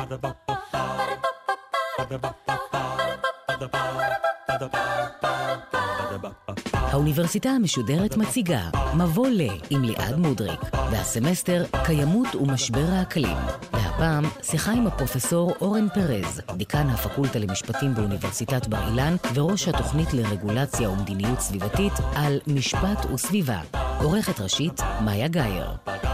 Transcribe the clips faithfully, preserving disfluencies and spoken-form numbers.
האוניברסיטה המשודרת מציגה מבוא ל עם ליעד מודריק, והסמסטר קיימות ומשבר האקלים. והפעם שיחה עם הפרופסור אורן פרז, דיקן הפקולטה למשפטים באוניברסיטת בר אילן וראש התוכנית לרגולציה ומדיניות סביבתית על משפט וסביבה. עורכת ראשית מאיה גייר.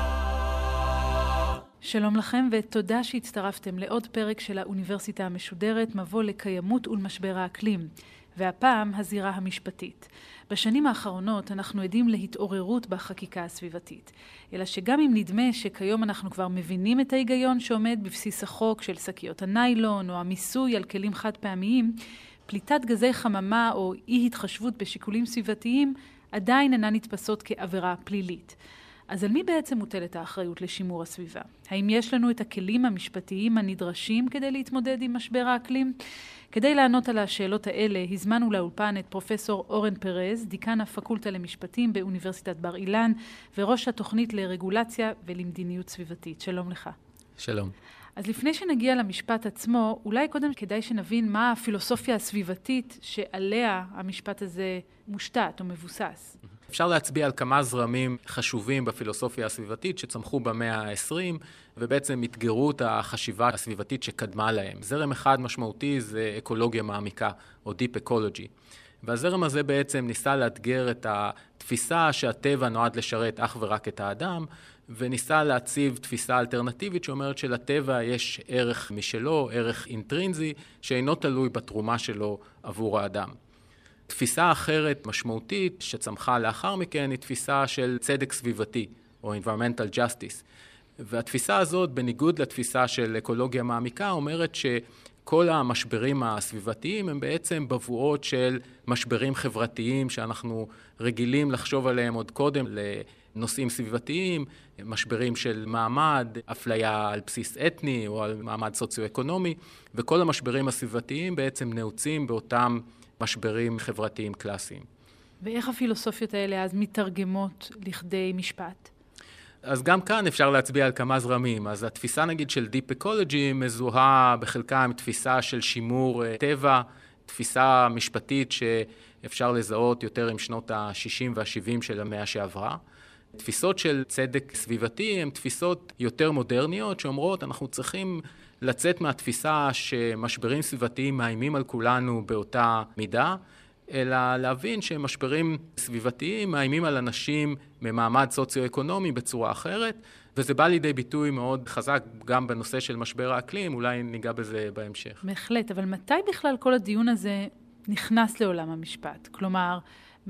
שלום לכם ותודה שהצטרפתם לעוד פרק של האוניברסיטה המשודרת מבוא לקיימות ולמשבר האקלים. והפעם הזירה המשפטית. בשנים האחרונות אנחנו עדים להתעוררות בחקיקה הסביבתית. אלא שגם אם נדמה שכיום אנחנו כבר מבינים את ההיגיון שעומד בבסיס החוק של שקיות הניילון או המיסוי על כלים חד פעמיים, פליטת גזי חממה או אי התחשבות בשיקולים סביבתיים עדיין אינן נתפסות כעבירה פלילית. אז על מי בעצם מוטלת האחריות לשימור הסביבה? האם יש לנו את הכלים המשפטיים הנדרשים כדי להתמודד עם משבר האקלים? כדי לענות על השאלות האלה, הזמנו לאולפן את פרופסור אורן פרז, דיקן הפקולטה למשפטים באוניברסיטת בר אילן, וראש התוכנית לרגולציה ולמדיניות סביבתית. שלום לך. שלום. אז לפני שנגיע למשפט עצמו, אולי קודם כדאי שנבין מה הפילוסופיה הסביבתית שעליה המשפט הזה מושתת או מבוסס. אפשר להצביע על כמה זרמים חשובים בפילוסופיה הסביבתית שצמחו במאה ה-עשרים, ובעצם התגרו את החשיבה הסביבתית שקדמה להם. זרם אחד משמעותי זה אקולוגיה מעמיקה, או Deep Ecology. והזרם הזה בעצם ניסה לאתגר את התפיסה שהטבע נועד לשרת אך ורק את האדם, וניסה להציב תפיסה אלטרנטיבית שאומרת שלטבע יש ערך משלו, ערך אינטרינזי, שאינו תלוי בתרומה שלו עבור האדם. תפיסה אחרת משמעותית שצמחה לאחר מכן היא תפיסה של צדק סביבתי, או environmental justice. והתפיסה הזאת, בניגוד לתפיסה של אקולוגיה מעמיקה, אומרת שכל המשברים הסביבתיים הם בעצם בבואות של משברים חברתיים שאנחנו רגילים לחשוב עליהם עוד קודם לנושאים סביבתיים, משברים של מעמד, אפליה על בסיס אתני או על מעמד סוציו-אקונומי, וכל המשברים הסביבתיים בעצם נעוצים באותם משברים חברתיים קלאסיים. ואיך הפילוסופיות האלה אז מתרגמות לכדי משפט? אז גם כאן אפשר להצביע על כמה זרמים. אז התפיסה נגיד של Deep Ecology מזוהה בחלקה עם תפיסה של שימור טבע, תפיסה משפטית שאפשר לזהות יותר עם שנות ה-שישים וה-שבעים של המאה שעברה. תפיסות של צדק סביבתי הן תפיסות יותר מודרניות שאומרות אנחנו צריכים לצאת מהתפיסה שמשברים סביבתיים מאיימים על כולנו באותה מידה, אלא להבין שמשברים סביבתיים מאיימים על אנשים ממעמד סוציו-אקונומי בצורה אחרת, וזה בא לידי ביטוי מאוד חזק גם בנושא של משבר האקלים, אולי ניגע בזה בהמשך. בהחלט, אבל מתי בכלל כל הדיון הזה נכנס לעולם המשפט? כלומר,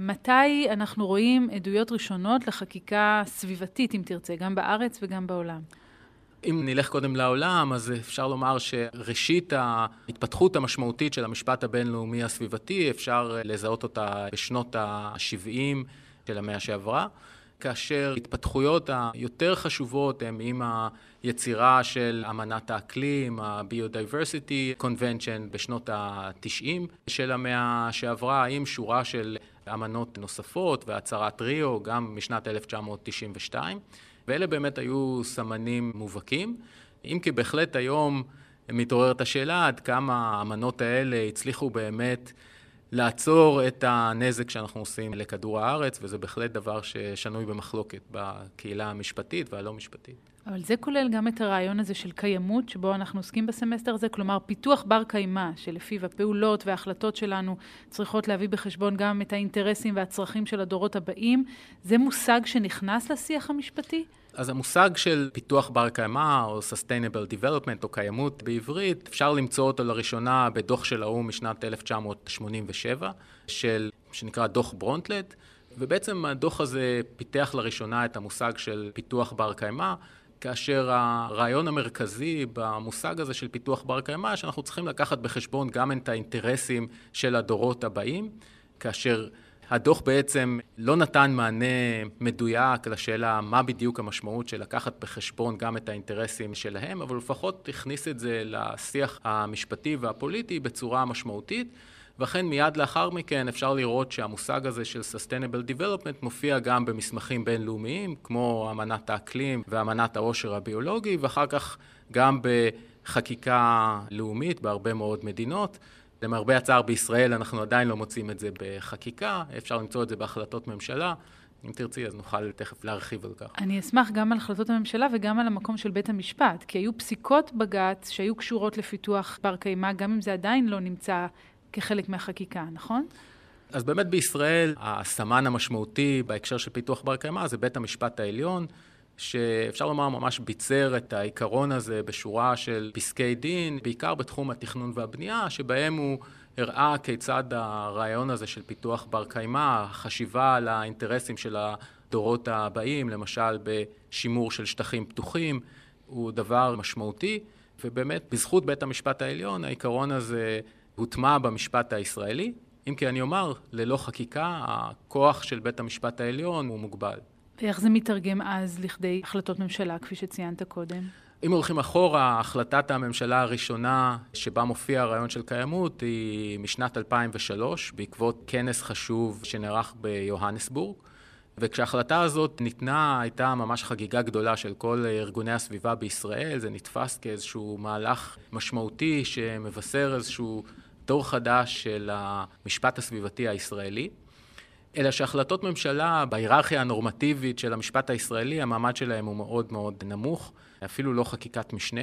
מתי אנחנו רואים עדויות ראשונות לחקיקה סביבתית, אם תרצה, גם בארץ וגם בעולם? אם נלך קודם לעולם, אז אפשר לומר שראשית ההתפתחות המשמעותית של המשפט הבינלאומי הסביבתי, אפשר לזהות אותה בשנות ה-שבעים של המאה שעברה, כאשר התפתחויות היותר חשובות הן עם היצירה של אמנת האקלים, ה-Biodiversity Convention בשנות ה-תשעים של המאה שעברה, עם שורה של אמנות נוספות והצהרת ריו, גם משנת אלף תשע מאות תשעים ושתיים. ואלה באמת היו סמנים מובהקים, אם כי בהחלט היום מתעוררת השאלה עד כמה האמנות האלה הצליחו באמת לעצור את הנזק שאנחנו עושים לכדור הארץ, וזה בהחלט דבר ששנוי במחלוקת בקהילה המשפטית והלא משפטית. אבל זה כולל גם את הרעיון הזה של קיימות, שבו אנחנו עוסקים בסמסטר הזה, כלומר פיתוח בר קיימה, שלפיו הפעולות וההחלטות שלנו צריכות להביא בחשבון גם את האינטרסים והצרכים של הדורות הבאים. זה מושג שנכנס לשיח המשפטי? אז המושג של פיתוח בר קיימה, או Sustainable Development, או קיימות בעברית, אפשר למצוא אותו לראשונה בדוח של האו"ם משנת אלף תשע מאות שמונים ושבע, של, שנקרא דוח ברונטלט, ובעצם הדוח הזה פיתח לראשונה את המושג של פיתוח בר קיימה, כאשר הרעיון המרכזי במושג הזה של פיתוח בר קיימה, שאנחנו צריכים לקחת בחשבון גם את האינטרסים של הדורות הבאים, כאשר הדוח בעצם לא נתן מענה מדויק לשאלה מה בדיוק המשמעות של לקחת בחשבון גם את האינטרסים שלהם, אבל לפחות הכניס את זה לשיח המשפטי והפוליטי בצורה משמעותית, וכן מיד לאחר מכן אפשר לראות שהמושג הזה של Sustainable Development מופיע גם במסמכים בינלאומיים, כמו אמנת האקלים ואמנת העושר הביולוגי, ואחר כך גם חקיקה לאומית בהרבה מאוד מדינות. למרבה הצער בישראל אנחנו עדיין לא מוצאים את זה בחקיקה, אפשר למצוא את זה בהחלטות ממשלה. אם תרצי, אז נוכל תכף להרחיב על כך. אני אשמח גם על החלטות הממשלה וגם על המקום של בית המשפט, כי היו פסיקות בג"ץ שהיו קשורות לפיתוח בר קיימא, גם אם זה עדיין לא נמצא כחלק מהחקיקה, נכון? אז באמת בישראל, הסמן המשמעותי בהקשר של פיתוח בר קיימא זה בית המשפט העליון, שאפשר לומר ממש ביצר את העיקרון הזה בשורה של פסקי דין, בעיקר בתחום התכנון והבנייה, שבהם הוא הראה כיצד הרעיון הזה של פיתוח בר קיימא, חשיבה על האינטרסים של הדורות הבאים, למשל בשימור של שטחים פתוחים, הוא דבר משמעותי, ובאמת בזכות בית המשפט העליון העיקרון הזה הוטמע במשפט הישראלי. אם כי אני אומר, ללא חקיקה, הכוח של בית המשפט העליון הוא מוגבל. ואיך זה מתרגם אז לכדי החלטות ממשלה, כפי שציינת קודם? אם הולכים אחורה, החלטת הממשלה הראשונה שבה מופיע הרעיון של קיימות היא משנת אלפיים ושלוש, בעקבות כנס חשוב שנערך ביוהנסבורג. וכשההחלטה הזאת ניתנה, הייתה ממש חגיגה גדולה של כל ארגוני הסביבה בישראל. זה נתפס כאיזשהו מהלך משמעותי שמבשר איזשהו דור חדש של המשפט הסביבתי הישראלי. אלא שהחלטות ממשלה בהיררכיה הנורמטיבית של המשפט הישראלי, המעמד שלהם הוא מאוד מאוד נמוך, אפילו לא חקיקת משנה,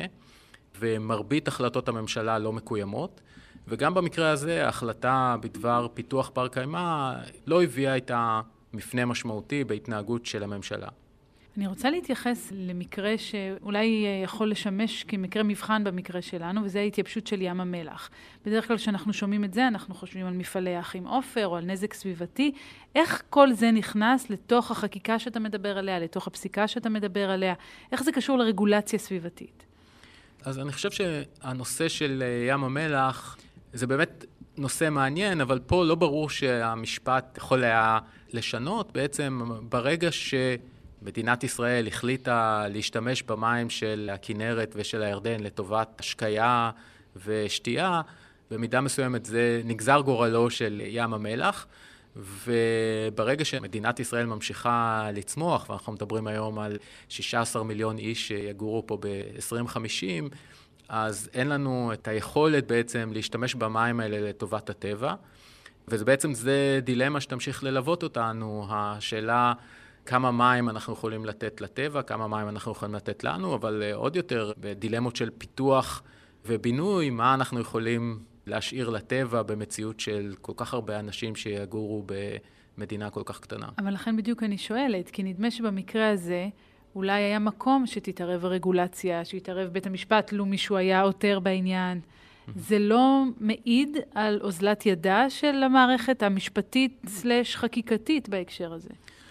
ומרבית החלטות הממשלה לא מקוימות. וגם במקרה הזה, ההחלטה בדבר פיתוח בר קיימא לא הביאה איתה מפנה משמעותי בהתנהגות של הממשלה. אני רוצה להתייחס למקרה שאולי יכול לשמש כמקרה מבחן במקרה שלנו, וזה ההתייבשות של ים המלח. בדרך כלל כשאנחנו שומעים את זה, אנחנו חושבים על מפעלי אחים עופר או על נזק סביבתי. איך כל זה נכנס לתוך החקיקה שאתה מדבר עליה, לתוך הפסיקה שאתה מדבר עליה? איך זה קשור לרגולציה סביבתית? אז אני חושב שהנושא של ים המלח זה באמת נושא מעניין, אבל פה לא ברור שהמשפט יכול היה לשנות. בעצם ברגע ש... מדינת ישראל החליטה להשתמש במים של הכינרת ושל הירדן לטובת השקיה ושתייה, במידה מסוימת זה נגזר גורלו של ים המלח, וברגע שמדינת ישראל ממשיכה לצמוח, ואנחנו מדברים היום על שישה עשר מיליון איש שיגורו פה ב-עשרים חמישים, אז אין לנו את היכולת בעצם להשתמש במים האלה לטובת הטבע, וזה בעצם זה דילמה שתמשיך ללוות אותנו, השאלה כמה מים אנחנו יכולים לתת לטבע, כמה מים אנחנו יכולים לתת לנו, אבל עוד יותר בדילמות של פיתוח ובינוי, מה אנחנו יכולים להשאיר לטבע במציאות של כל כך הרבה אנשים שיגורו במדינה כל כך קטנה. אבל לכן בדיוק אני שואלת, כי נדמה שבמקרה הזה אולי היה מקום שתתערב הרגולציה, שיתערב בית המשפט, לו מישהו היה עותר בעניין. זה לא מעיד על אוזלת ידה של המערכת המשפטית סלש חקיקתית בהקשר הזה.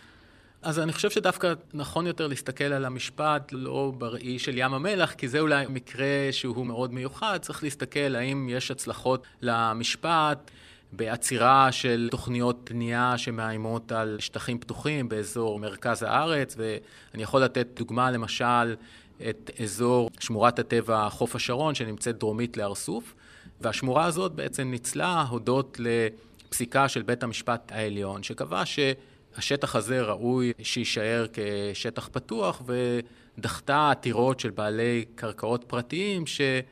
אז אני חושב שדווקא נכון יותר להסתכל על המשפט לא בראי של ים המלח, כי זה אולי מקרה שהוא מאוד מיוחד. צריך להסתכל האם יש הצלחות למשפט בעצירה של תוכניות בנייה שמאיימות על שטחים פתוחים באזור מרכז הארץ, ואני יכול לתת דוגמה למשל את אזור שמורת הטבע חוף השרון שנמצאת דרומית להר סוף, והשמורה הזאת בעצם ניצלה הודות לפסיקה של בית המשפט העליון, שקבע ש השטח הזה ראוי שישאר כשטח פתוח, ודחתה עתירות של בעלי קרקעות פרטיים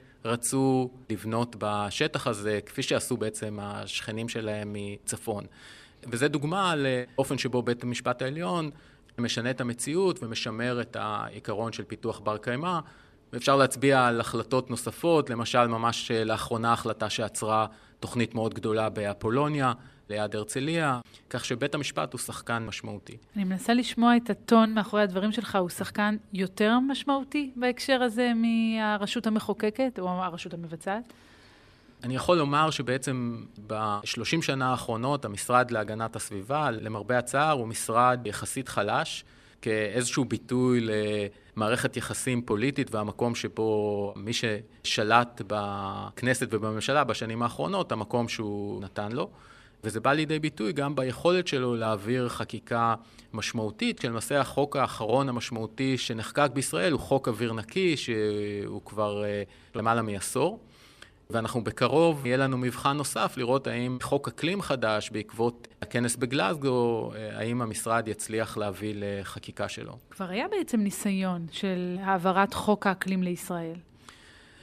שרצו לבנות בשטח הזה, כפי שעשו בעצם השכנים שלהם מצפון. וזה דוגמה לאופן שבו בית המשפט העליון משנה את המציאות ומשמר את העיקרון של פיתוח בר קיימא. ואפשר להצביע על החלטות נוספות, למשל ממש לאחרונה החלטה שעצרה תוכנית מאוד גדולה באפולוניה, ליד הרצליה, כך שבית המשפט הוא שחקן משמעותי. אני מנסה לשמוע את הטון מאחורי הדברים שלך, הוא שחקן יותר משמעותי בהקשר הזה מהרשות המחוקקת או הרשות המבצעת? אני יכול לומר שבעצם ב-שלושים שנה האחרונות המשרד להגנת הסביבה, למרבה הצער, הוא משרד יחסית חלש, כאיזשהו ביטוי למערכת יחסים פוליטית, והמקום שבו מי ששלט בכנסת ובממשלה בשנים האחרונות, המקום שהוא נתן לו. וזה בא לידי ביטוי גם ביכולת שלו להעביר חקיקה משמעותית, כשלמעשה החוק האחרון המשמעותי שנחקק בישראל הוא חוק אוויר נקי, שהוא כבר למעלה מעשור. ואנחנו בקרוב, יהיה לנו מבחן נוסף לראות האם חוק אקלים חדש בעקבות הכנס בגלזגו, האם המשרד יצליח להביא לחקיקה שלו. כבר היה בעצם ניסיון של העברת חוק האקלים לישראל.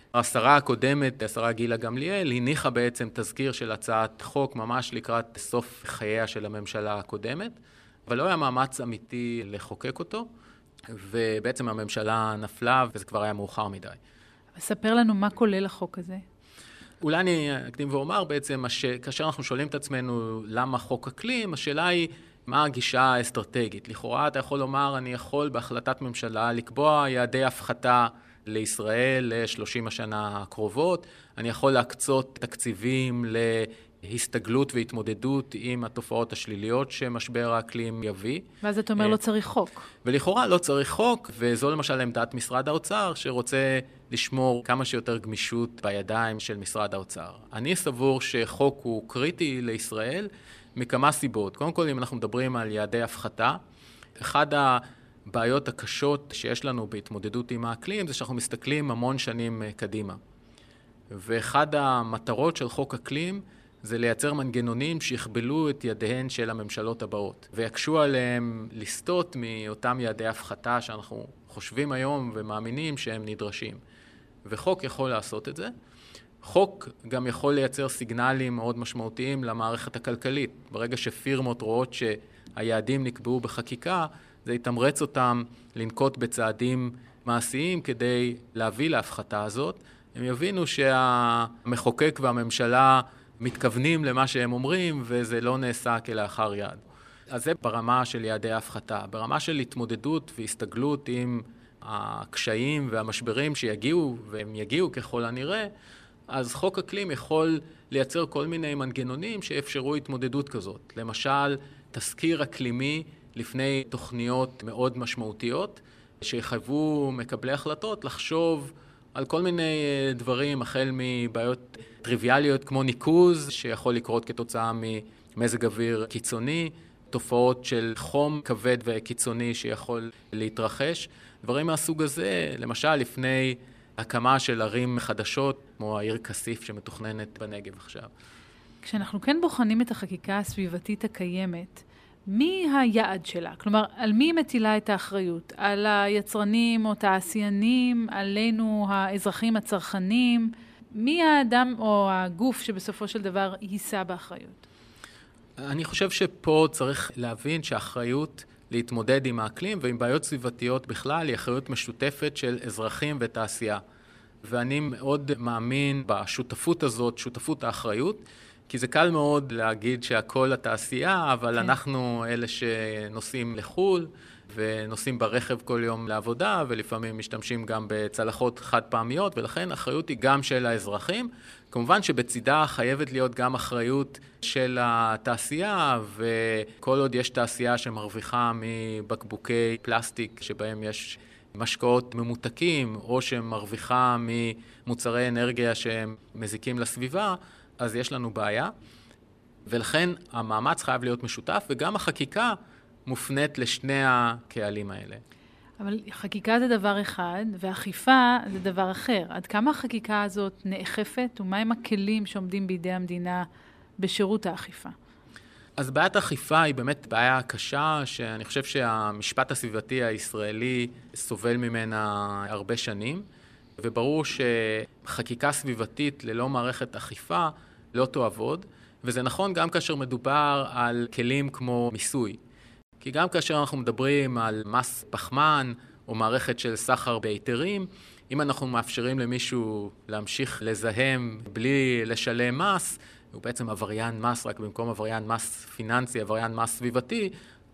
השרה הקודמת, השרה גילה גמליאל, הניחה בעצם תזכיר של הצעת חוק ממש לקראת סוף חייה של הממשלה הקודמת, אבל לא היה מאמץ אמיתי לחוקק אותו, ובעצם הממשלה נפלה וזה כבר היה מאוחר מדי. ספר לנו מה כולל החוק הזה. אולי אני אקדים ואומר בעצם, כאשר אנחנו שואלים את עצמנו למה חוק אקלים, השאלה היא מה הגישה האסטרטגית. לכאורה אתה יכול לומר, אני יכול בהחלטת ממשלה לקבוע יעדי הפחתה לישראל ל-שלושים השנה הקרובות, אני יכול להקצות תקציבים להסתגלות והתמודדות עם התופעות השליליות שמשבר האקלים יביא. ואז אתה אומר לא צריך חוק. ולכאורה לא צריך חוק, וזו למשל עמדת משרד האוצר שרוצה לשמור כמה שיותר גמישות בידיים של משרד האוצר. אני סבור שחוק הוא קריטי לישראל מכמה סיבות. קודם כל, אם אנחנו מדברים על יעדי הפחתה, אחד הבעיות הקשות שיש לנו בהתמודדות עם האקלים זה שאנחנו מסתכלים המון שנים קדימה. ואחד המטרות של חוק אקלים זה לייצר מנגנונים שיכבלו את ידיהן של הממשלות הבאות, ויקשו עליהם לסטות מאותם יעדי הפחתה שאנחנו חושבים היום ומאמינים שהם נדרשים. וחוק יכול לעשות את זה. חוק גם יכול לייצר סיגנלים מאוד משמעותיים למערכת הכלכלית. ברגע שפירמות רואות שהיעדים נקבעו בחקיקה, זה יתמרץ אותם לנקוט בצעדים מעשיים כדי להביא להפחתה הזאת. הם יבינו שהמחוקק והממשלה מתכוונים למה שהם אומרים, וזה לא נעשה כלאחר יד. אז זה ברמה של יעדי ההפחתה. ברמה של התמודדות והסתגלות עם הקשיים והמשברים שיגיעו, והם יגיעו ככל הנראה, אז חוק אקלים יכול לייצר כל מיני מנגנונים שאפשרו התמודדות כזאת. למשל, תזכיר אקלימי לפני תוכניות מאוד משמעותיות, שיחייבו מקבלי החלטות לחשוב על כל מיני דברים, החל מבעיות טריוויאליות כמו ניקוז, שיכול לקרות כתוצאה ממזג אוויר קיצוני, תופעות של חום כבד וקיצוני שיכול להתרחש. דברים מהסוג הזה, למשל לפני הקמה של ערים חדשות, כמו העיר כסיף שמתוכננת בנגב עכשיו. כשאנחנו כן בוחנים את החקיקה הסביבתית הקיימת, מי היעד שלה? כלומר, על מי מטילה את האחריות? על היצרנים או תעשיינים, עלינו האזרחים הצרכנים? מי האדם או הגוף שבסופו של דבר יישא באחריות? אני חושב שפה צריך להבין שהאחריות להתמודד עם האקלים ועם בעיות סביבתיות בכלל היא אחריות משותפת של אזרחים ותעשייה. ואני מאוד מאמין בשותפות הזאת, שותפות האחריות, כי זה קל מאוד להגיד שהכל התעשייה, אבל כן. אנחנו אלה שנוסעים לחול ונוסעים ברכב כל יום לעבודה, ולפעמים משתמשים גם בצלחות חד פעמיות, ולכן האחריות היא גם של האזרחים. כמובן שבצידה חייבת להיות גם אחריות של התעשייה, וכל עוד יש תעשייה שמרוויחה מבקבוקי פלסטיק שבהם יש משקאות ממותקים, או שמרוויחה ממוצרי אנרגיה שהם מזיקים לסביבה, אז יש לנו בעיה. ולכן המאמץ חייב להיות משותף, וגם החקיקה מופנית לשני הקהלים האלה. אבל חקיקה זה דבר אחד, ואכיפה זה דבר אחר. עד כמה החקיקה הזאת נאכפת, ומהם הכלים שעומדים בידי המדינה בשירות האכיפה? אז בעיית האכיפה היא באמת בעיה קשה, שאני חושב שהמשפט הסביבתי הישראלי סובל ממנה הרבה שנים, וברור שחקיקה סביבתית ללא מערכת אכיפה לא תעבוד, וזה נכון גם כאשר מדובר על כלים כמו מיסוי. כי גם כאשר אנחנו מדברים על מס פחמן או מערכת של סחר בהיתרים, אם אנחנו מאפשרים למישהו להמשיך לזהם בלי לשלם מס, הוא בעצם עבריין מס, רק במקום עבריין מס פיננסי, עבריין מס סביבתי,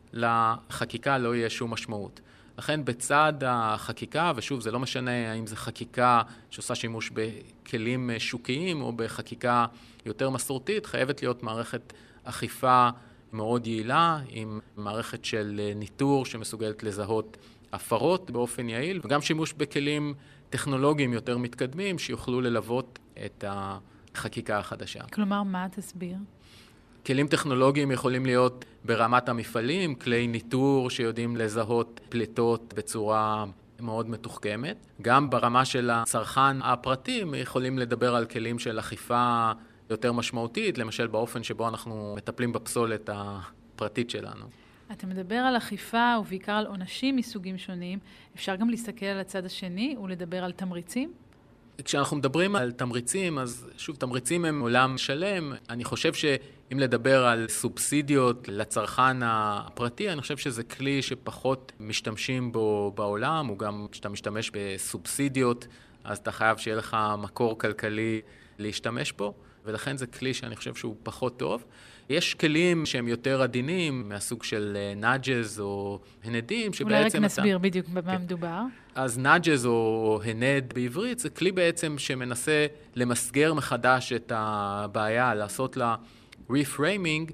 לחקיקה לא יהיה שום משמעות. לכן בצד החקיקה, ושוב זה לא משנה האם זה חקיקה שעושה שימוש בכלים שוקיים או בחקיקה יותר מסורתית, חייבת להיות מערכת אכיפה מאוד יעילה, עם מערכת של ניטור שמסוגלת לזהות הפרות באופן יעיל, וגם שימוש בכלים טכנולוגיים יותר מתקדמים שיוכלו ללוות את החקיקה החדשה. כלומר, מה תסביר? כלים טכנולוגיים יכולים להיות ברמת המפעלים, כלי ניטור שיודעים לזהות פליטות בצורה מאוד מתוחכמת. גם ברמה של הצרכן הפרטי יכולים לדבר על כלים של אכיפה יותר משמעותית, למשל באופן שבו אנחנו מטפלים בפסולת הפרטית שלנו. אתה מדבר על אכיפה ובעיקר על עונשים מסוגים שונים. אפשר גם להסתכל על הצד השני ולדבר על תמריצים? כשאנחנו מדברים על תמריצים, אז שוב, תמריצים הם עולם שלם. אני חושב שאם לדבר על סובסידיות לצרכן הפרטי, אני חושב שזה כלי שפחות משתמשים בו בעולם, הוא גם כשאתה משתמש בסובסידיות, אז אתה חייב שיהיה לך מקור כלכלי להשתמש בו, ולכן זה כלי שאני חושב שהוא פחות טוב. יש כלים שהם יותר עדינים, מהסוג של נאג'ז או הנדים, שבעצם... אולי רק אתה... נסביר בדיוק במה כן. מדובר. אז נאג'ז או הנד בעברית זה כלי בעצם שמנסה למסגר מחדש את הבעיה, לעשות לה reframing,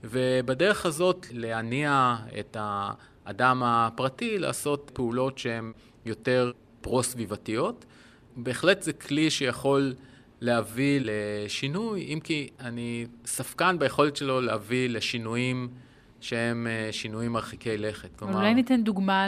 ובדרך הזאת להניע את האדם הפרטי, לעשות פעולות שהן יותר פרו-סביבתיות. בהחלט זה כלי שיכול להביא לשינוי, אם כי אני ספקן ביכולת שלו להביא לשינויים שהם שינויים מרחיקי לכת. כלומר... אולי ניתן דוגמה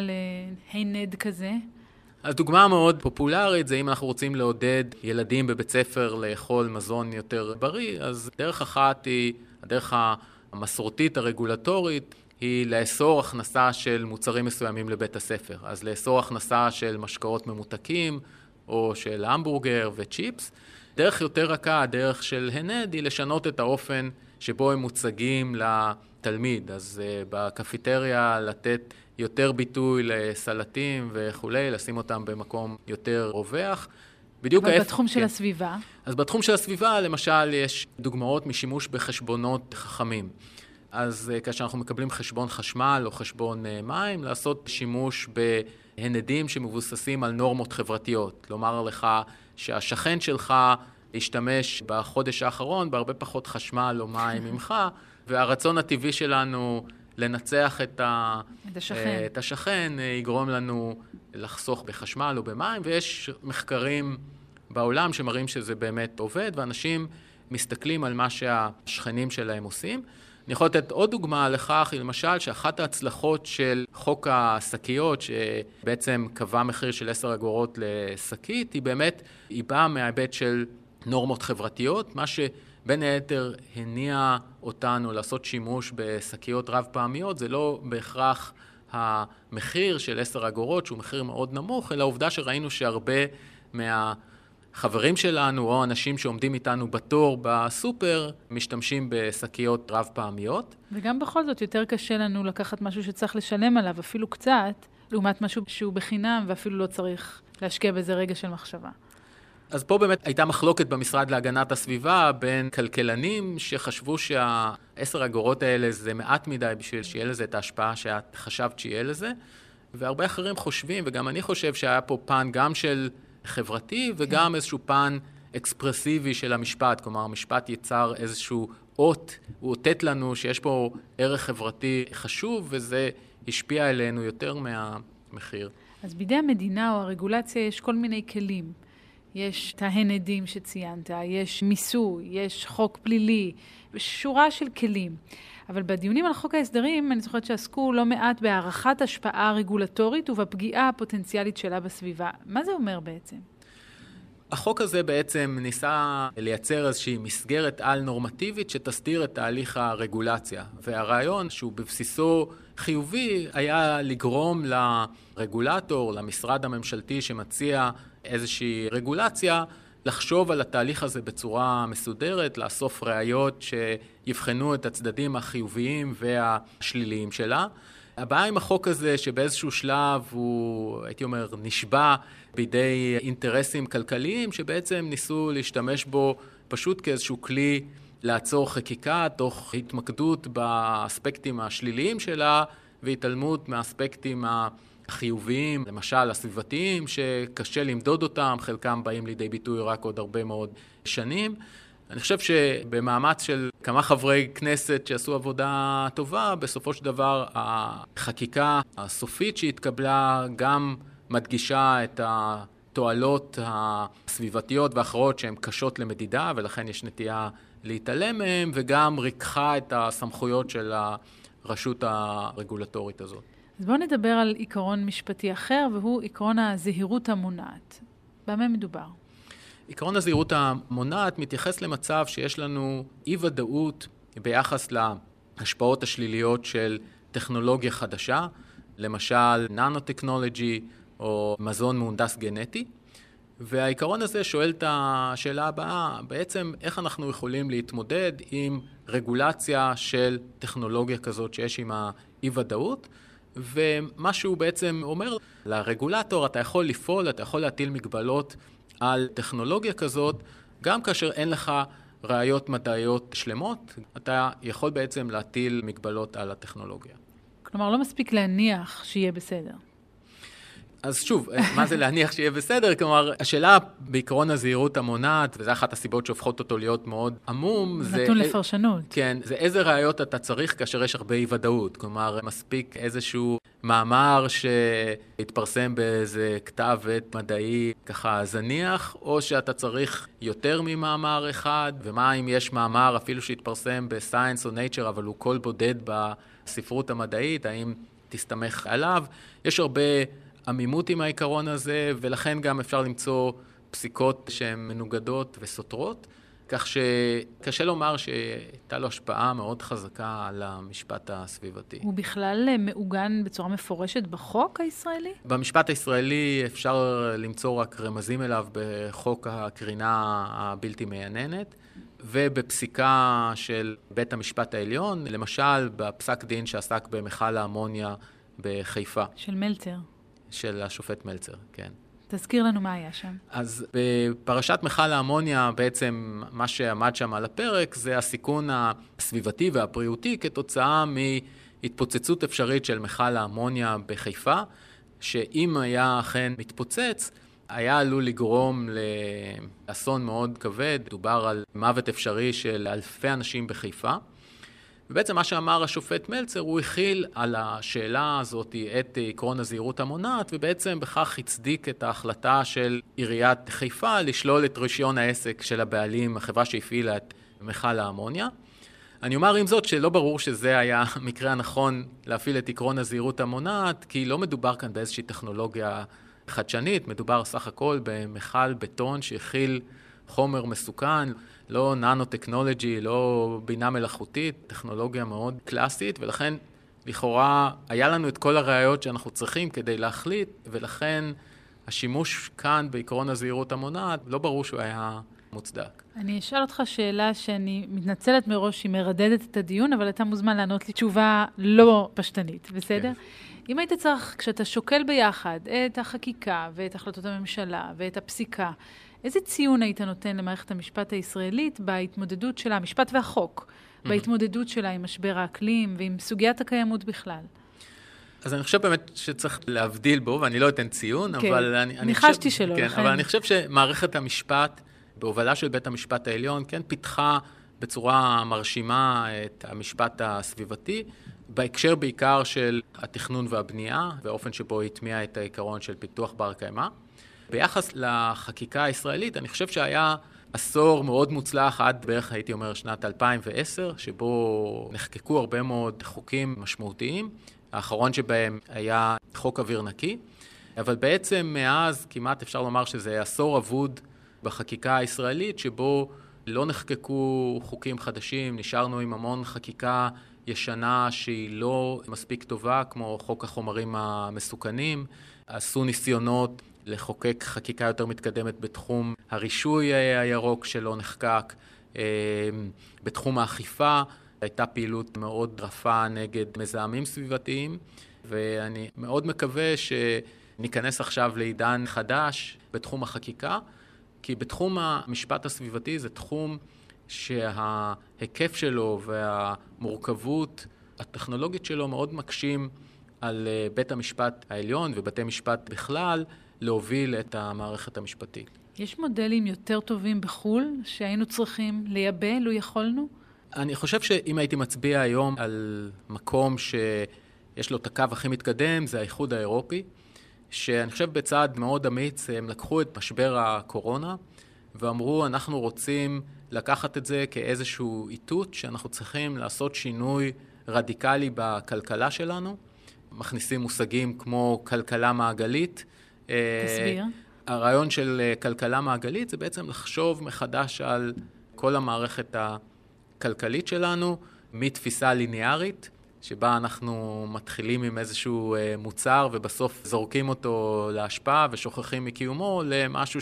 להנד כזה? אז דוגמה מאוד פופולרית זה אם אנחנו רוצים לעודד ילדים בבית ספר לאכול מזון יותר בריא, אז דרך אחת היא, הדרך המסורתית הרגולטורית, היא לאסור הכנסה של מוצרים מסוימים לבית הספר. אז לאסור הכנסה של משקאות ממותקים, או של המבורגר וצ'יפס. דרך יותר רכה, הדרך של הנד, היא לשנות את האופן שבו הם מוצגים לתלמיד. אז uh, בקפיטריה לתת יותר ביטוי לסלטים וכולי, לשים אותם במקום יותר רווח. בדיוק אבל האפ... בתחום של כן. הסביבה? אז בתחום של הסביבה, למשל, יש דוגמאות משימוש בחשבונות חכמים. אז uh, כאשר אנחנו מקבלים חשבון חשמל או חשבון uh, מים, לעשות שימוש בהנדים שמבוססים על נורמות חברתיות. לומר לך שהשכן שלך ישתמש בחודש האחרון בהרבה פחות חשמל או מים ממך, והרצון הטבעי שלנו לנצח את, ה... את, השכן. את השכן יגרום לנו לחסוך בחשמל או במים, ויש מחקרים בעולם שמראים שזה באמת עובד, ואנשים מסתכלים על מה שהשכנים שלהם עושים. אני יכול לתת עוד דוגמה לכך, למשל שאחת ההצלחות של חוק השקיות, שבעצם קבע מחיר של עשר אגורות לשקית, היא באמת, היא באה מההיבט של נורמות חברתיות, מה שבין היתר הניע אותנו לעשות שימוש בשקיות רב פעמיות, זה לא בהכרח המחיר של עשר אגורות, שהוא מחיר מאוד נמוך, אלא העובדה שראינו שהרבה מה... חברים שלנו או אנשים שעומדים איתנו בתור בסופר משתמשים בשקיות רב פעמיות. וגם בכל זאת יותר קשה לנו לקחת משהו שצריך לשלם עליו אפילו קצת, לעומת משהו שהוא בחינם ואפילו לא צריך להשקיע בזה רגע של מחשבה. אז פה באמת הייתה מחלוקת במשרד להגנת הסביבה בין כלכלנים שחשבו שהעשר אגורות האלה זה מעט מדי בשביל שיהיה לזה את ההשפעה שאת חשבת שיהיה לזה, והרבה אחרים חושבים, וגם אני חושב שהיה פה פן גם של חברתי וגם איזשהו פן אקספרסיבי של המשפט, כלומר המשפט יצר איזשהו אות, הוא אותת לנו שיש פה ערך חברתי חשוב וזה השפיע עלינו יותר מהמחיר. אז בידי המדינה או הרגולציה יש כל מיני כלים. יש את ההנדים שציינת, יש מיסוי, יש חוק פלילי, שורה של כלים. אבל בדיונים על חוק ההסדרים אני זוכרת שעסקו לא מעט בהערכת השפעה רגולטורית ובפגיעה הפוטנציאלית שלה בסביבה. מה זה אומר בעצם? החוק הזה בעצם ניסה לייצר איזושהי מסגרת על נורמטיבית שתסדיר את תהליך הרגולציה. והרעיון שהוא בבסיסו חיובי היה לגרום לרגולטור, למשרד הממשלתי שמציע איזושהי רגולציה, לחשוב על התהליך הזה בצורה מסודרת, לאסוף ראיות שיבחנו את הצדדים החיוביים והשליליים שלה. הבעיה עם החוק הזה שבאיזשהו שלב הוא, הייתי אומר, נשבע בידי אינטרסים כלכליים שבעצם ניסו להשתמש בו פשוט כאיזשהו כלי לעצור חקיקה תוך התמקדות באספקטים השליליים שלה והתעלמות מהאספקטים החיוביים, למשל הסביבתיים, שקשה למדוד אותם, חלקם באים לידי ביטוי רק עוד הרבה מאוד שנים. אני חושב שבמאמץ של כמה חברי כנסת שעשו עבודה טובה, בסופו של דבר החקיקה הסופית שהתקבלה גם מדגישה את התועלות הסביבתיות ואחרות שהן קשות למדידה, ולכן יש נטייה להתעלם מהם, וגם ריקחה את הסמכויות של הרשות הרגולטורית הזאת. אז בואו נדבר על עיקרון משפטי אחר, והוא עיקרון הזהירות המונעת. במה מדובר? עיקרון הזהירות המונעת מתייחס למצב שיש לנו אי-ודאות ביחס להשפעות השליליות של טכנולוגיה חדשה, למשל ננו-טכנולוגי או מזון מהונדס גנטי, והעיקרון הזה שואל את השאלה הבאה, בעצם איך אנחנו יכולים להתמודד עם רגולציה של טכנולוגיה כזאת שיש עם האי-ודאות, ומה שהוא בעצם אומר לרגולטור, אתה יכול לפעול, אתה יכול להטיל מגבלות על טכנולוגיה כזאת, גם כאשר אין לך ראיות מדעיות שלמות, אתה יכול בעצם להטיל מגבלות על הטכנולוגיה. כלומר, לא מספיק להניח שיהיה בסדר. אז שוב, מה זה להניח שיהיה בסדר? כלומר, השאלה בעיקרון הזהירות המונעת, וזו אחת הסיבות שהופכות אותו להיות מאוד עמום. נתון זה, לפרשנות. כן, זה איזה ראיות אתה צריך כאשר יש הרבה אי-ודאות. כלומר, מספיק איזשהו מאמר שהתפרסם באיזה כתב עת מדעי ככה זניח, או שאתה צריך יותר ממאמר אחד, ומה אם יש מאמר אפילו שהתפרסם ב-Science או Nature, אבל הוא קול בודד בספרות המדעית, האם תסתמך עליו? יש הרבה עמימות עם העיקרון הזה, ולכן גם אפשר למצוא פסיקות שהן מנוגדות וסותרות, כך שקשה לומר שהייתה לו השפעה מאוד חזקה על המשפט הסביבתי. הוא בכלל מעוגן בצורה מפורשת בחוק הישראלי? במשפט הישראלי אפשר למצוא רק רמזים אליו בחוק הקרינה הבלתי מייננת, ובפסיקה של בית המשפט העליון, למשל בפסק דין שעסק במכל האמוניה בחיפה. של מלצר. של השופט מלצר, כן. תזכיר לנו מה היה שם. אז בפרשת מכל האמוניה, בעצם מה שעמד שם על הפרק, זה הסיכון הסביבתי והבריאותי כתוצאה מהתפוצצות אפשרית של מכל האמוניה בחיפה, שאם היה אכן מתפוצץ, היה עלול לגרום לאסון מאוד כבד, דובר על מוות אפשרי של אלפי אנשים בחיפה, ובעצם מה שאמר השופט מלצר, הוא הכיל על השאלה הזאת את עקרון הזהירות המונעת, ובעצם בכך הצדיק את ההחלטה של עיריית חיפה לשלול את רישיון העסק של הבעלים, החברה שהפעילה את מכל האמוניה. אני אומר עם זאת שלא ברור שזה היה המקרה הנכון להפעיל את עקרון הזהירות המונעת, כי לא מדובר כאן באיזושהי טכנולוגיה חדשנית, מדובר סך הכל במכל בטון שהכיל חומר מסוכן, לא ננו-טכנולוגי, לא בינה מלאכותית, טכנולוגיה מאוד קלאסית, ולכן לכאורה היה לנו את כל הראיות שאנחנו צריכים כדי להחליט, ולכן השימוש כאן בעקרון הזהירות המונעת, לא ברור שהוא היה מוצדק. אני אשאל אותך שאלה שאני מתנצלת מראש, שהיא מרדדת את הדיון, אבל אתה מוזמן לענות לי תשובה לא פשטנית, בסדר? כן. אם היית צריך, כשאתה שוקל ביחד את החקיקה ואת החלטות הממשלה ואת הפסיקה, איזה ציון היית נותן למערכת המשפט הישראלית בהתמודדות שלה, המשפט והחוק, mm-hmm. בהתמודדות שלה עם משבר האקלים ועם סוגיית הקיימות בכלל? אז אני חושב באמת שצריך להבדיל בו, ואני לא אתן ציון, כן. אבל אני, אני ניחשתי חושב, שלא, כן, לכן. אבל אני חושב שמערכת המשפט, בהובלה של בית המשפט העליון, כן, פיתחה בצורה מרשימה את המשפט הסביבתי, בהקשר בעיקר של התכנון והבנייה, באופן שבו התמיע את העיקרון של פיתוח בר קיימא. ביחס לחקיקה הישראלית, אני חושב שהיה עשור מאוד מוצלח עד בערך, הייתי אומר, שנת אלפיים ועשר, שבו נחקקו הרבה מאוד חוקים משמעותיים. האחרון שבהם היה חוק אוויר נקי, אבל בעצם מאז כמעט אפשר לומר שזה עשור אבוד בחקיקה הישראלית, שבו לא נחקקו חוקים חדשים, נשארנו עם המון חקיקה ישנה שהיא לא מספיק טובה, כמו חוק החומרים המסוכנים. עשו ניסיונות לחוקק חקיקה יותר מתקדמת בתחום הרישוי הירוק שלא נחקק, בתחום האכיפה הייתה פעילות מאוד רפה נגד מזהמים סביבתיים, ואני מאוד מקווה שניכנס עכשיו לעידן חדש בתחום החקיקה, כי בתחום המשפט הסביבתי זה תחום שההיקף שלו והמורכבות הטכנולוגית שלו מאוד מקשים על בית המשפט העליון ובתי משפט בכלל להוביל את המערכת המשפטית. יש מודלים יותר טובים בחול שהיינו צריכים לייבא, לו יכולנו? אני חושב שאם הייתי מצביע היום על מקום שיש לו את הקו הכי מתקדם, זה האיחוד האירופי, שאני חושב בצעד מאוד אמיץ, הם לקחו את משבר הקורונה, ואמרו, אנחנו רוצים לקחת את זה כאיזשהו איתות, שאנחנו צריכים לעשות שינוי רדיקלי בכלכלה שלנו, מכניסים מושגים כמו כלכלה מעגלית. תסביר. הרעיון של כלכלה מעגלית זה בעצם לחשוב מחדש על כל המערכת הכלכלית שלנו, מתפיסה ליניארית, שבה אנחנו מתחילים עם איזשהו מוצר ובסוף זורקים אותו להשפעה ושוכחים מקיומו, למשהו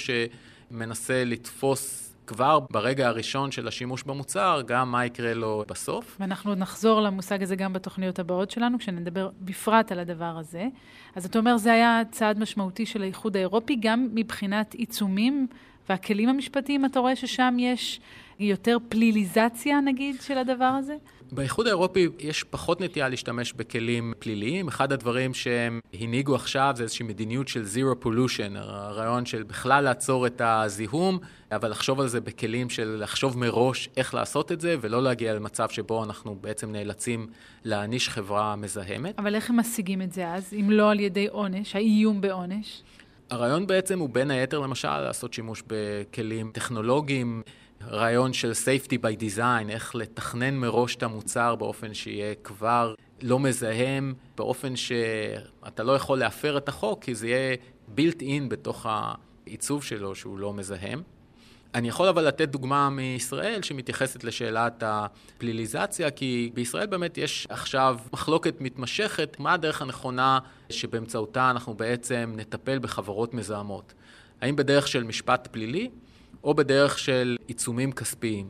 שמנסה לתפוס כבר ברגע הראשון של השימוש במוצר, גם מה יקרה לו בסוף. ואנחנו נחזור למושג הזה גם בתוכניות הבאות שלנו, כשנדבר בפרט על הדבר הזה. אז אתה אומר, זה היה צעד משמעותי של האיחוד האירופי, גם מבחינת עיצומים והכלים המשפטיים, אתה רואה ששם יש יותר פליליזציה, נגיד, של הדבר הזה? באיחוד האירופי יש פחות נטייה להשתמש בכלים פליליים. אחד הדברים שהם הנהיגו עכשיו זה איזושהי מדיניות של zero pollution, הרעיון של בכלל לעצור את הזיהום, אבל לחשוב על זה בכלים של לחשוב מראש איך לעשות את זה, ולא להגיע למצב שבו אנחנו בעצם נאלצים להעניש חברה מזהמת. אבל איך הם משיגים את זה אז, אם לא על ידי עונש, האיום בעונש? הרעיון בעצם הוא בין היתר למשל לעשות שימוש בכלים טכנולוגיים, רעיון של safety by design, איך לתכנן מראש את המוצר באופן שיהיה כבר לא מזהם, באופן שאתה לא יכול להפר את החוק, כי זה יהיה built in בתוך העיצוב שלו שהוא לא מזהם. אני יכול אבל לתת דוגמה מישראל שמתייחסת לשאלת הפליליזציה, כי בישראל באמת יש עכשיו מחלוקת מתמשכת, מה הדרך הנכונה שבאמצעותה אנחנו בעצם נטפל בחברות מזהמות. האם בדרך של משפט פלילי, או בדרך של עיצומים כספיים.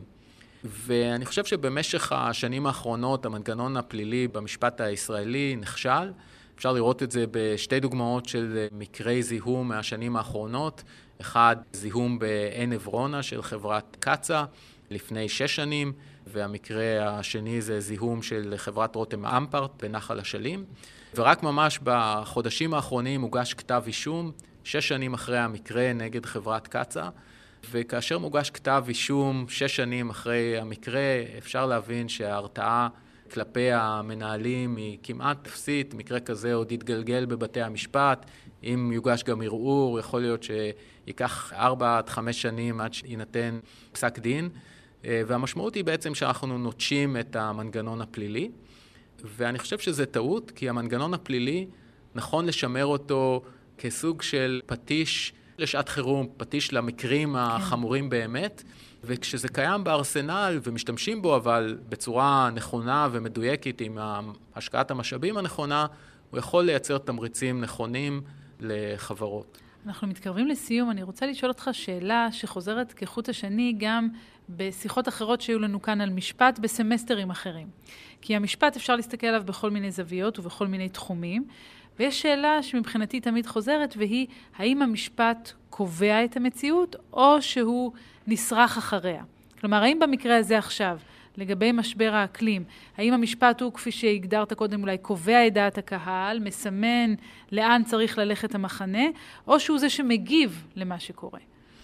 ואני חושב שבמשך השנים האחרונות המנגנון הפלילי במשפט הישראלי נכשל. אפשר לראות את זה בשתי דוגמאות של מקרי זיהום מהשנים האחרונות. אחד, זיהום בעין עברונה של חברת קצה לפני שש שנים, והמקרה השני זה זיהום של חברת רותם אמפרט בנחל אשלים. ורק ממש בחודשים האחרונים הוגש כתב אישום, שש שנים אחרי המקרה נגד חברת קצה, וכאשר מוגש כתב אישום שש שנים אחרי המקרה, אפשר להבין שההרתעה כלפי המנהלים היא כמעט אפסית. מקרה כזה עוד יתגלגל בבתי המשפט. אם יוגש גם ערעור, יכול להיות שיקח ארבע עד חמש שנים עד שיינתן פסק דין. והמשמעות היא בעצם שאנחנו נוטשים את המנגנון הפלילי. ואני חושב שזה טעות, כי המנגנון הפלילי נכון לשמר אותו כסוג של פטיש לשעת חירום, פטיש למקרים החמורים באמת, וכשזה קיים בארסנל ומשתמשים בו, אבל בצורה נכונה ומדויקת עם השקעת המשאבים הנכונה, הוא יכול לייצר תמריצים נכונים לחברות. אנחנו מתקרבים לסיום. אני רוצה לשאול אותך שאלה שחוזרת כחוט השני גם בשיחות אחרות שהיו לנו כאן על משפט בסמסטרים אחרים. כי המשפט אפשר להסתכל עליו בכל מיני זוויות ובכל מיני תחומים, ויש שאלה שמבחינתי תמיד חוזרת, והיא, האם המשפט קובע את המציאות, או שהוא נשרח אחריה? כלומר, האם במקרה הזה עכשיו, לגבי משבר האקלים, האם המשפט הוא, כפי שהגדרת קודם, אולי קובע את דעת הקהל, מסמן לאן צריך ללכת המחנה, או שהוא זה שמגיב למה שקורה?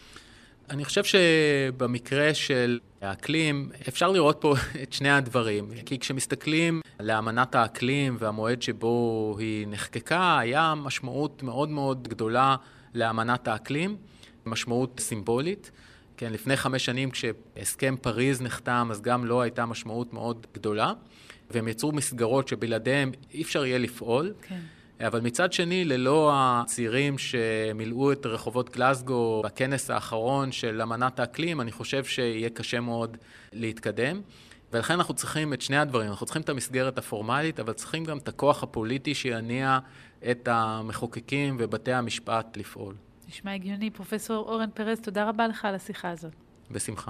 אני חושב שבמקרה של האקלים אפשר לראות פה את שני הדברים. כי כשמסתכלים על אמנת האקלים והמועד שבו היא נחקקה, היה משמעות מאוד מאוד גדולה לאמנת האקלים, משמעות סימבולית. כן, לפני חמש שנים כשהסכם פריז נחתם, אז גם לא הייתה משמעות מאוד גדולה, והם יצרו מסגרות שבלעדיהם אי אפשר יהיה לפעול. כן. אבל מצד שני, ללא הצעירים שמילאו את רחובות גלסגו בכנס האחרון של אמנת האקלים, אני חושב שיהיה קשה מאוד להתקדם. ולכן אנחנו צריכים את שני הדברים. אנחנו צריכים את המסגרת הפורמלית, אבל צריכים גם את הכוח הפוליטי שיניע את המחוקקים ובתי המשפט לפעול. נשמע הגיוני. פרופסור אורן פרז, תודה רבה לך על השיחה הזאת. בשמחה.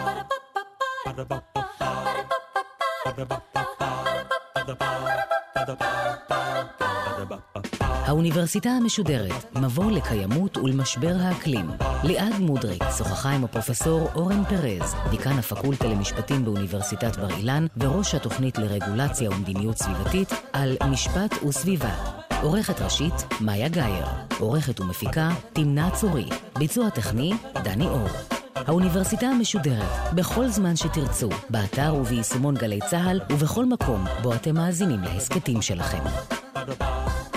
האוניברסיטה המשודרת, מבוא לקיימות ולמשבר האקלים. ליעד מודריק שוחחה עם הפרופסור אורן פרז, דיקן הפקולטה למשפטים באוניברסיטת בר אילן וראש התוכנית לרגולציה ומדיניות סביבתית על משפט וסביבה. עורכת ראשית, מאיה גייר. עורכת ומפיקה, תמנה צורי. ביצוע טכני, דני אור. האוניברסיטה המשודרת, בכל זמן שתרצו, באתר וביישומון גלי צהל ובכל מקום בו אתם מאזינים להסקטים שלכם.